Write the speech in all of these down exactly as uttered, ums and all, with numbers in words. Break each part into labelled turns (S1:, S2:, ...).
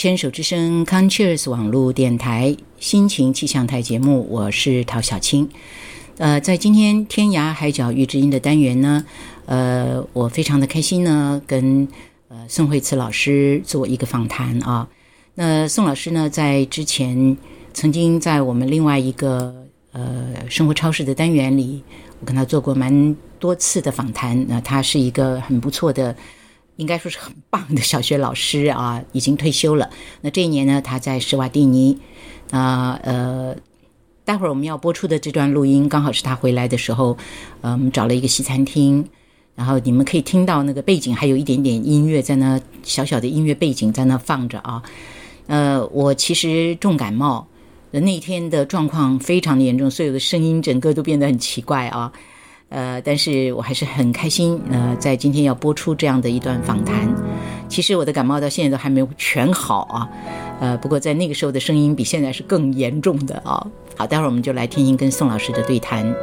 S1: 牵手之声 Concheers 网络电台心情气象台节目，我是陶小青。呃，在今天天涯海角遇知音的单元呢，呃，我非常的开心呢，跟呃宋慧慈老师做一个访谈啊。那宋老师呢，在之前曾经在我们另外一个呃生活超市的单元里，我跟他做过蛮多次的访谈。那他是一个很不错的，应该说是很棒的小学老师啊，已经退休了。那这一年呢，他在史瓦蒂尼，啊 呃, 呃，待会儿我们要播出的这段录音，刚好是他回来的时候，呃，我们找了一个西餐厅，然后你们可以听到那个背景还有一点点音乐在那，小小的音乐背景在那放着啊。呃，我其实重感冒，那天的状况非常的严重，所有的声音整个都变得很奇怪啊。呃，但是我还是很开心，呃，在今天要播出这样的一段访谈。其实我的感冒到现在都还没有全好啊，呃，不过在那个时候的声音比现在是更严重的啊。好，待会儿我们就来听听跟宋老师的对谈。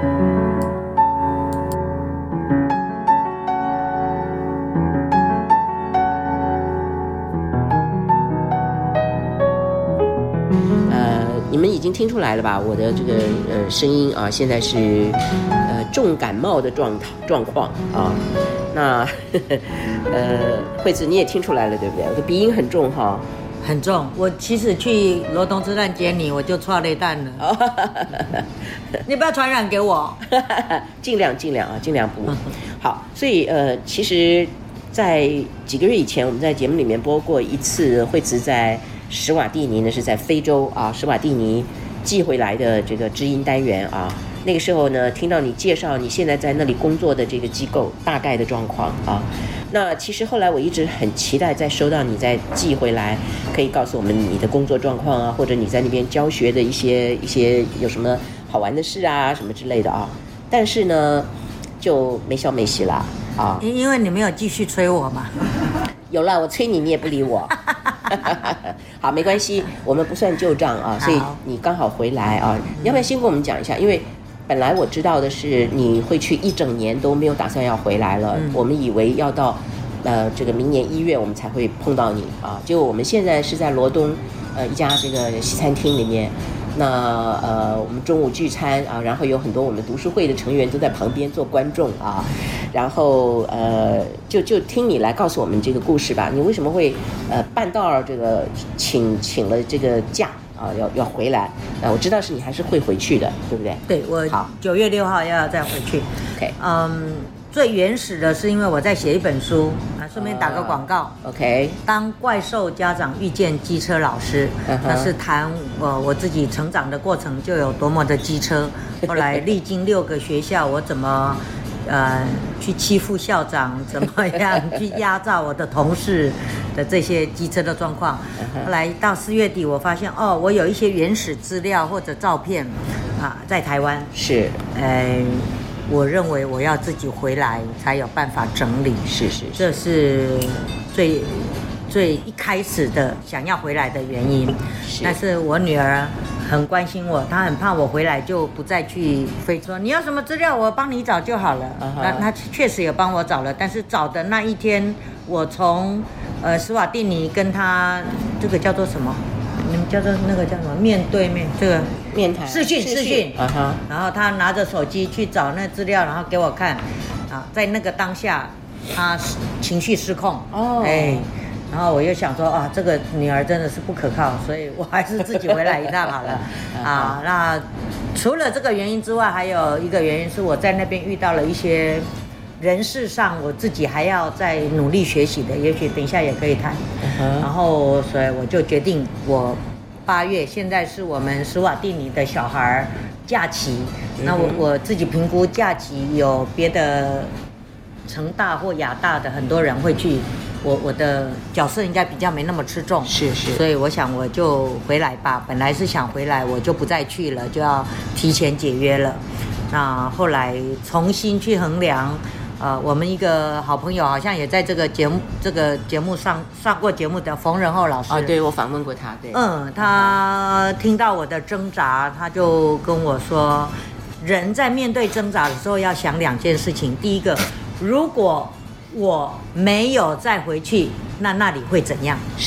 S2: 你们已经听出来了吧？我的这个呃声音啊，现在是呃重感冒的状状况啊。那呵呵呃，惠子你也听出来了对不对？我的鼻音很重哈，
S3: 很重。我其实去罗东车站接你，我就剉咧蛋了。哦、你不要传染给我。
S2: 尽量尽量啊，尽量不。好，所以呃，其实，在几个月以前，我们在节目里面播过一次惠子在史瓦蒂尼呢，是在非洲啊，史瓦蒂尼寄回来的这个知音单元啊。那个时候呢，听到你介绍你现在在那里工作的这个机构大概的状况啊。那其实后来我一直很期待再收到你再寄回来，可以告诉我们你的工作状况啊，或者你在那边教学的一些一些有什么好玩的事啊，什么之类的啊。但是呢，就没消没息啦啊。
S3: 因为你没有继续催我嘛。
S2: 有了，我催你，你也不理我。好，没关系，我们不算旧账啊，所以你刚好回来啊，你要不要先跟我们讲一下？因为本来我知道的是你会去一整年都没有打算要回来了，嗯、我们以为要到呃这个明年一月我们才会碰到你啊，结果我们现在是在罗东呃一家这个西餐厅里面。那呃，我们中午聚餐啊，然后有很多我们读书会的成员都在旁边做观众啊，然后呃，就就听你来告诉我们这个故事吧。你为什么会呃半道这个请请了这个假啊，要要回来？啊，我知道是你还是会回去的，对不对？
S3: 对，我九月六号要再回去。
S2: OK，
S3: 嗯。最原始的是因为我在写一本书啊，顺便打个广告。
S2: uh, OK，
S3: 当怪兽家长遇见机车老师， uh-huh. 那是谈我我自己成长的过程就有多么的机车。后来历经六个学校，我怎么呃去欺负校长，怎么样去压榨我的同事的这些机车的状况。Uh-huh. 后来到四月底，我发现哦，我有一些原始资料或者照片啊，在台湾
S2: 是，
S3: 呃。我认为我要自己回来才有办法整理，
S2: 是是是，
S3: 这是最最一开始的想要回来的原因。是，但是我女儿很关心我，她很怕我回来就不再去非洲。你要什么资料，我帮你找就好了。Uh-huh. 那她确实也帮我找了，但是找的那一天，我从呃史瓦蒂尼跟她这个叫做什么？你们叫做那个叫什么？面对面这个
S2: 面谈
S3: 视讯视讯，
S2: 啊哈。
S3: 然后他拿着手机去找那资料，然后给我看，啊，在那个当下，他情绪失控，哦，哎，然后我又想说啊，这个女儿真的是不可靠，所以我还是自己回来一趟好了。啊，那除了这个原因之外，还有一个原因是我在那边遇到了一些人事上我自己还要再努力学习的，也许等一下也可以谈。Uh-huh. 然后所以我就决定，我八月现在是我们史瓦蒂尼的小孩假期，那我我自己评估假期有别的成大或亚大的很多人会去，我我的角色应该比较没那么吃重，
S2: 是是，
S3: 所以我想我就回来吧。本来是想回来，我就不再去了，就要提前解约了。那后来重新去衡量。呃，我们一个好朋友好像也在这个节目这个节目上上过节目的冯仁厚老师
S2: 啊，对，我访问过他，对，
S3: 嗯，他听到我的挣扎，他就跟我说，人在面对挣扎的时候要想两件事情，第一个，如果我没有再回去，那那里会怎样？
S2: 是。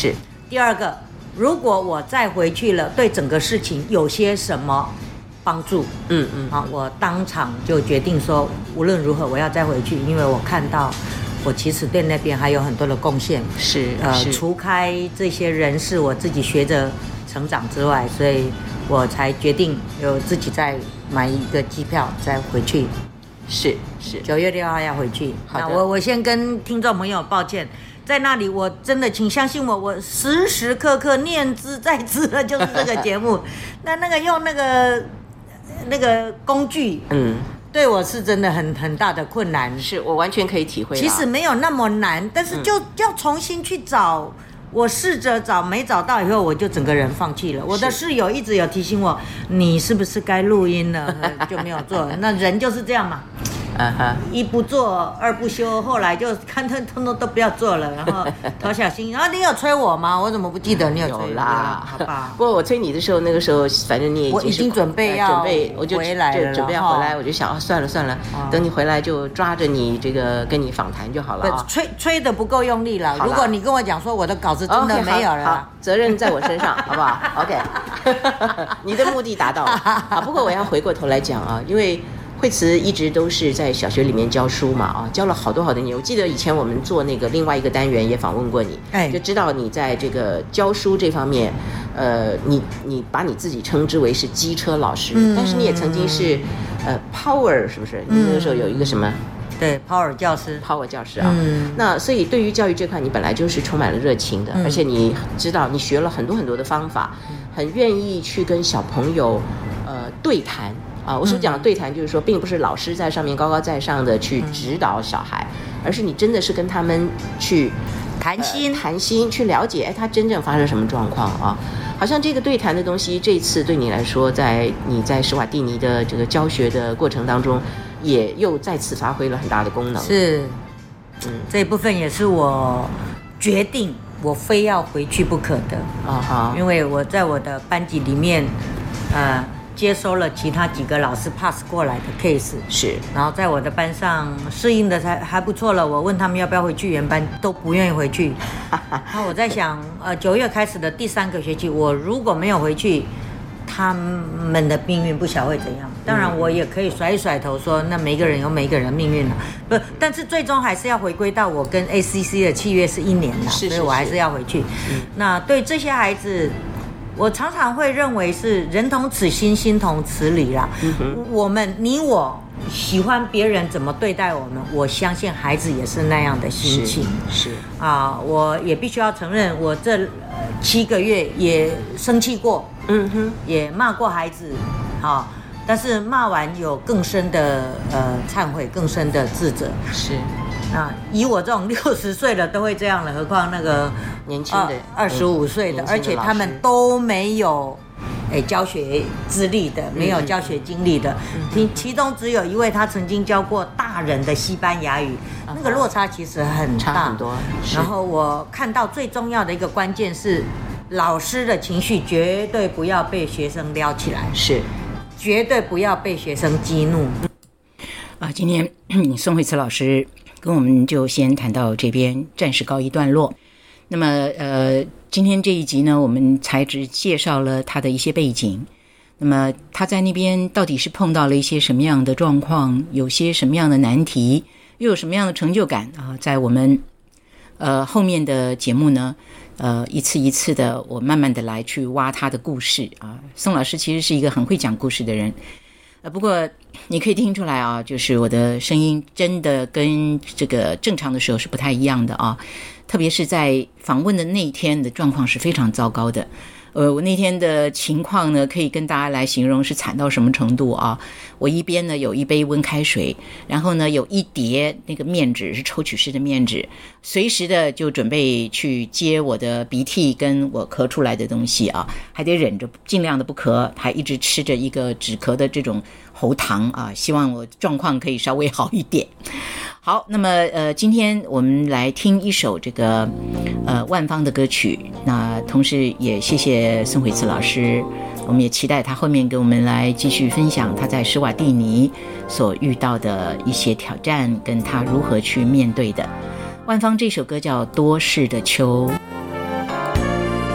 S3: 第二个，如果我再回去了，对整个事情有些什么帮助，
S2: 嗯嗯，
S3: 啊，我当场就决定说，无论如何我要再回去，因为我看到我其实对那边还有很多的贡献，
S2: 是
S3: 呃，
S2: 是
S3: 除开这些人是我自己学着成长之外，所以我才决定有自己再买一个机票再回去。
S2: 是是，
S3: 九月六号要回去。
S2: 好的，
S3: 那我我先跟听众朋友抱歉，在那里我真的请相信我，我时时刻刻念之在之的就是这个节目。那那个用那个那个工具，嗯，对我是真的很很大的困难。
S2: 是我完全可以体会。
S3: 其实没有那么难，但是就、嗯、要重新去找。我试着找，没找到以后，我就整个人放弃了。我的室友一直有提醒我，你是不是该录音了？就没有做。那人就是这样嘛。Uh huh. 一不做二不休，后来就看通通通都不要做了，然后陶小新，然后你有催我吗？我怎么不记得你有催我？
S2: 有啦，
S3: 好吧。
S2: 不过我催你的时候，那个时候反正你也已经
S3: 我已经准备要
S2: 准备，我就
S3: 回来了，
S2: 就准备要回来，我就想啊，算了算了，哦、等你回来就抓着你这个跟你访谈就好了啊。
S3: 催催的不够用力了，如果你跟我讲说我的稿子真的没有了，
S2: okay, 好, 好，责任在我身上，好不好 ？OK， 你的目的达到了啊。不过我要回过头来讲啊，因为。惠慈一直都是在小学里面教书嘛，啊，教了好多好多年。我记得以前我们做那个另外一个单元也访问过你，哎，就知道你在这个教书这方面，呃，你你把你自己称之为是机车老师，嗯、但是你也曾经是，呃 ，Power 是不是？你那个时候有一个什么？
S3: 对 ，Power 教师
S2: ，Power 教师啊。嗯、那所以对于教育这块，你本来就是充满了热情的，嗯、而且你知道你学了很多很多的方法，很愿意去跟小朋友呃对谈。啊，我所讲的对谈就是说，并不是老师在上面高高在上的去指导小孩，而是你真的是跟他们去
S3: 谈心、
S2: 呃、谈心，去了解，哎，他真正发生什么状况啊？好像这个对谈的东西，这次对你来说，在你在史瓦蒂尼的这个教学的过程当中，也又再次发挥了很大的功能。
S3: 是，嗯，这一部分也是我决定我非要回去不可的啊哈，因为我在我的班级里面，呃。接收了其他几个老师 pass 过来的 case，
S2: 是，
S3: 然后在我的班上适应的还还不错了。我问他们要不要回去原班，都不愿意回去。那我在想，呃，九月开始的第三个学期，我如果没有回去，他们的命运不晓会怎样。当然，我也可以甩一甩头说，那每一个人有每一个人命运了，不，但是最终还是要回归到我跟 A C C 的契约是一年了，所以我还是要回去。嗯、那对这些孩子。我常常会认为是人同此心，心同此理啦。嗯、我们你我喜欢别人怎么对待我们，我相信孩子也是那样的心情。
S2: 是
S3: 啊，我也必须要承认，我这七个月也生气过，嗯哼，也骂过孩子，啊，但是骂完有更深的呃忏悔，更深的自责。
S2: 是。
S3: 啊，以我这种六十岁的都会这样了，何况那个
S2: 年轻的
S3: 二十五岁的，而且他们都没有诶教学资历的，没有教学经历的，其、嗯、其中只有一位他曾经教过大人的西班牙语，嗯、那个落差其实很大，
S2: 差很多。
S3: 然后我看到最重要的一个关键是，老师的情绪绝对不要被学生撩起来，
S2: 是，
S3: 绝对不要被学生激怒。
S1: 啊，今天宋惠慈老师。跟我们就先谈到这边，暂时告一段落。那么，呃，今天这一集呢，我们才只介绍了他的一些背景。那么他在那边到底是碰到了一些什么样的状况，有些什么样的难题，又有什么样的成就感啊？在我们呃后面的节目呢，呃，一次一次的，我慢慢的来去挖他的故事啊。宋老师其实是一个很会讲故事的人。呃，不过你可以听出来啊，就是我的声音真的跟这个正常的时候是不太一样的啊，特别是在访问的那一天的状况是非常糟糕的。呃，我那天的情况呢，可以跟大家来形容是惨到什么程度啊？我一边呢有一杯温开水，然后呢有一叠那个面纸，是抽取式的面纸，随时的就准备去接我的鼻涕跟我咳出来的东西啊，还得忍着尽量的不咳，还一直吃着一个止咳的这种喉糖啊，希望我状况可以稍微好一点。好，那么呃，今天我们来听一首这个呃万芳的歌曲，那同时也谢谢宋惠慈老师，我们也期待他后面给我们来继续分享他在史瓦蒂尼所遇到的一些挑战，跟他如何去面对的。万芳这首歌叫《多事的秋》。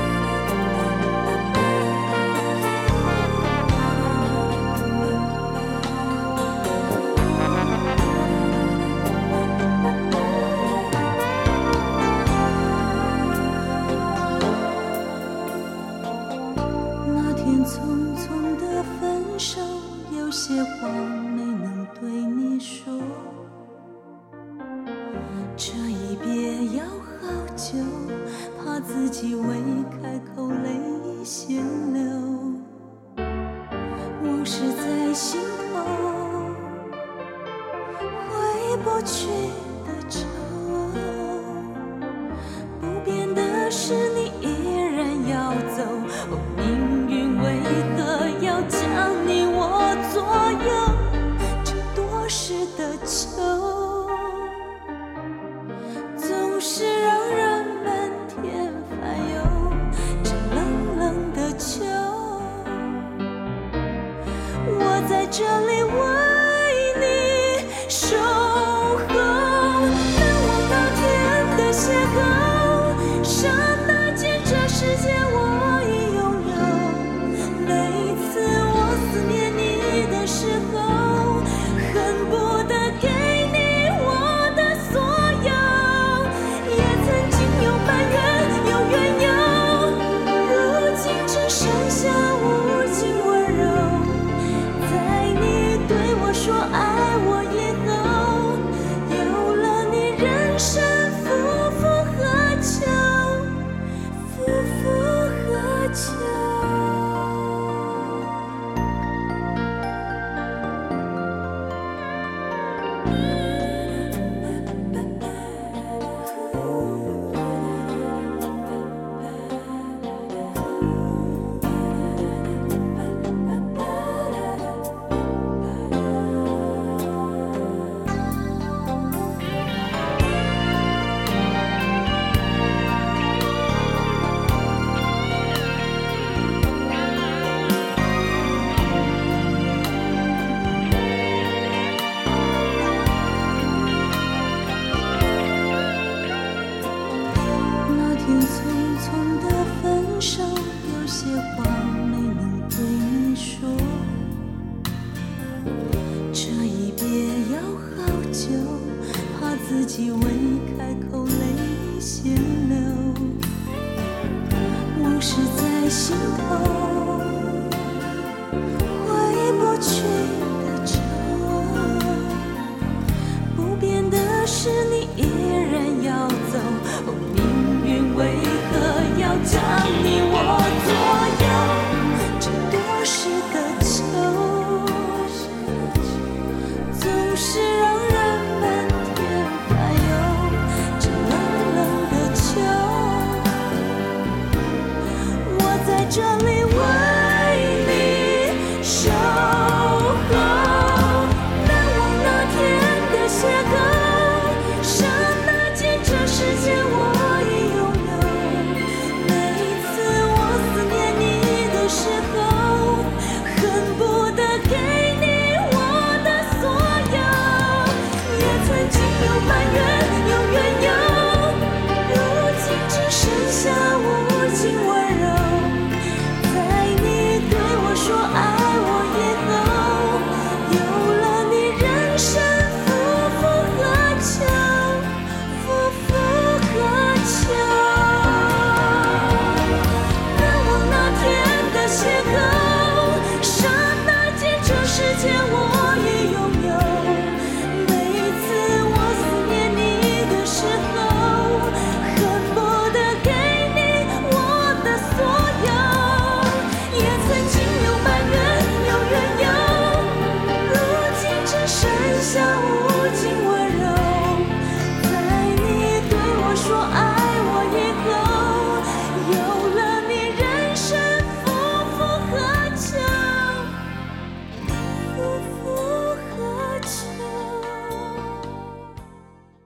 S4: 这一别要好久，怕自己未开口泪已先流，往事在心头，回不去的愁，不变的是你依然要走，哦，命运为何要将你我左右？这多事的秋，总是让人们添烦忧。这冷冷的秋，我在这里为你守候。难忘那天的邂逅，刹那间这世界我已拥有。每一次我思念你的时候，恨不得给你我的所有，也曾经有埋怨有怨尤，如今只剩下无尽温柔。在你对我说爱我以后，有了你人生夫复何求，夫复何求。那天匆匆的分手，有些话没能对你说，这一别要好久，怕自己未开口泪已先流，往事在心头，回不去的愁，不变的是你依然要走，哦，命运为何要将你我左右？这多事的秋，总是让人们添烦忧。这冷冷的秋，我在这里为你守候。难忘那天的邂逅，刹那间这世界我已拥有。每一次我思念你的时候，恨不得给你我的所有，也曾经有埋怨